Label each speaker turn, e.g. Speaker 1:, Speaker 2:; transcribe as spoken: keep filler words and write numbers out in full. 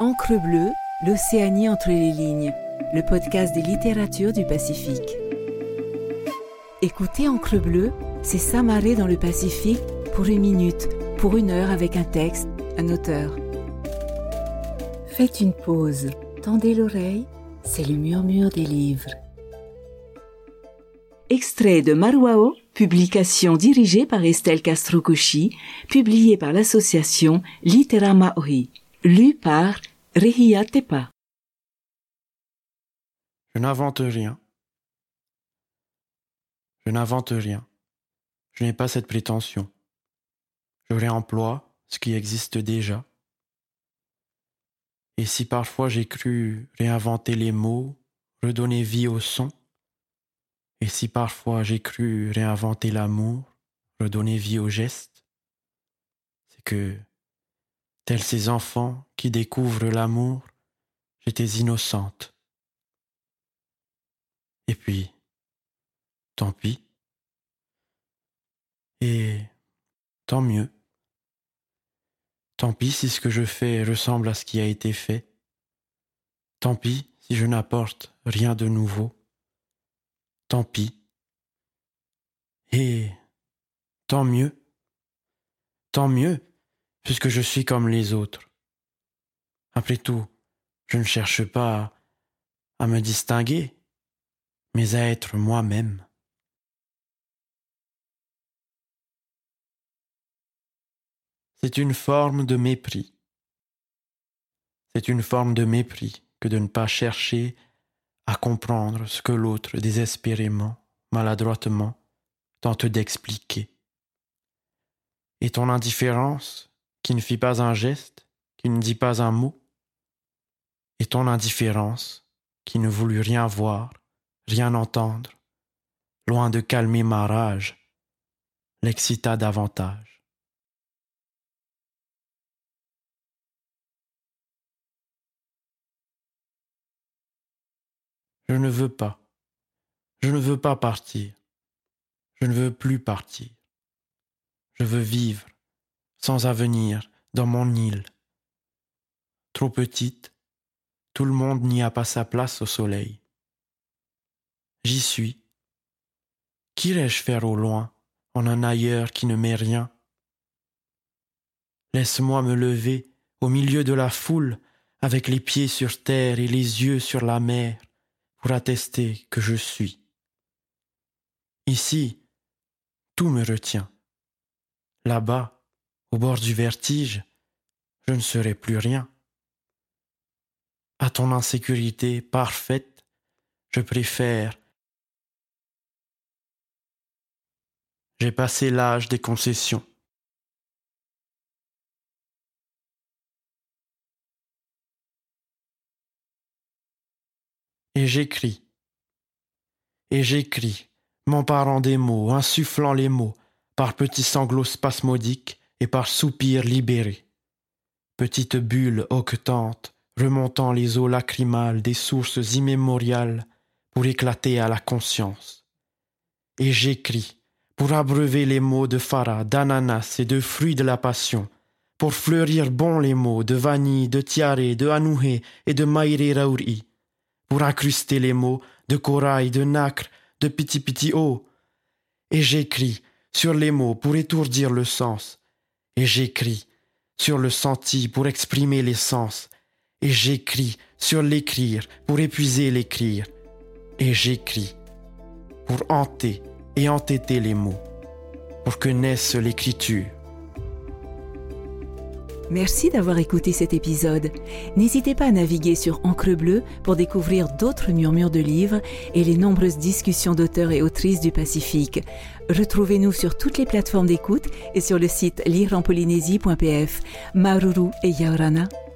Speaker 1: Encre bleue, l'Océanie entre les lignes, le podcast des littératures du Pacifique. Écoutez Encre bleue, c'est s'amarrer dans le Pacifique pour une minute, pour une heure avec un texte, un auteur. Faites une pause, tendez l'oreille, c'est le murmure des livres. Extrait de Maruao, publication dirigée par Estelle Castro-Koshi, publiée par l'association Litera Maori, lu par Rehia Tepa.
Speaker 2: Je n'invente rien. Je n'invente rien. Je n'ai pas cette prétention. Je réemploie ce qui existe déjà. Et si parfois j'ai cru réinventer les mots, redonner vie au son, et si parfois j'ai cru réinventer l'amour, redonner vie au geste, c'est que, tels ces enfants qui découvrent l'amour, j'étais innocente. Et puis, tant pis. Et tant mieux. Tant pis si ce que je fais ressemble à ce qui a été fait. Tant pis si je n'apporte rien de nouveau. Tant pis. Et tant mieux. Tant mieux, puisque je suis comme les autres. Après tout, je ne cherche pas à me distinguer, mais à être moi-même. C'est une forme de mépris. C'est une forme de mépris que de ne pas chercher à comprendre ce que l'autre désespérément, maladroitement, tente d'expliquer. Et ton indifférence, qui ne fit pas un geste, qui ne dit pas un mot, et ton indifférence, qui ne voulut rien voir, rien entendre, loin de calmer ma rage, l'excita davantage. Je ne veux pas, je ne veux pas partir, je ne veux plus partir. Je veux vivre, sans avenir, dans mon île. Trop petite, tout le monde n'y a pas sa place au soleil. J'y suis. Qu'irais-je faire au loin, en un ailleurs qui ne m'est rien? Laisse-moi me lever au milieu de la foule, avec les pieds sur terre et les yeux sur la mer, pour attester que je suis. Ici, tout me retient. Là-bas, au bord du vertige, je ne serai plus rien. À ton insécurité parfaite, je préfère. J'ai passé l'âge des concessions. Et j'écris. Et j'écris, m'emparant des mots, insufflant les mots, par petits sanglots spasmodiques et par soupirs libérés. Petite bulle hoquetante, remontant les eaux lacrymales des sources immémoriales pour éclater à la conscience. Et j'écris, pour abreuver les mots de Farah, d'ananas et de fruits de la passion, pour fleurir bon les mots de vanille, de tiare, de anouhé et de maïré raouri, pour incruster les mots de corail, de nacre, de piti-piti-o. Et j'écris sur les mots pour étourdir le sens, et j'écris sur le senti pour exprimer les sens, et j'écris sur l'écrire pour épuiser l'écrire, et j'écris pour hanter et entêter les mots, pour que naisse l'écriture.
Speaker 1: Merci d'avoir écouté cet épisode. N'hésitez pas à naviguer sur Encre bleue pour découvrir d'autres murmures de livres et les nombreuses discussions d'auteurs et autrices du Pacifique. Retrouvez-nous sur toutes les plateformes d'écoute et sur le site lire en polynésie point p f. Maruru et Yaorana.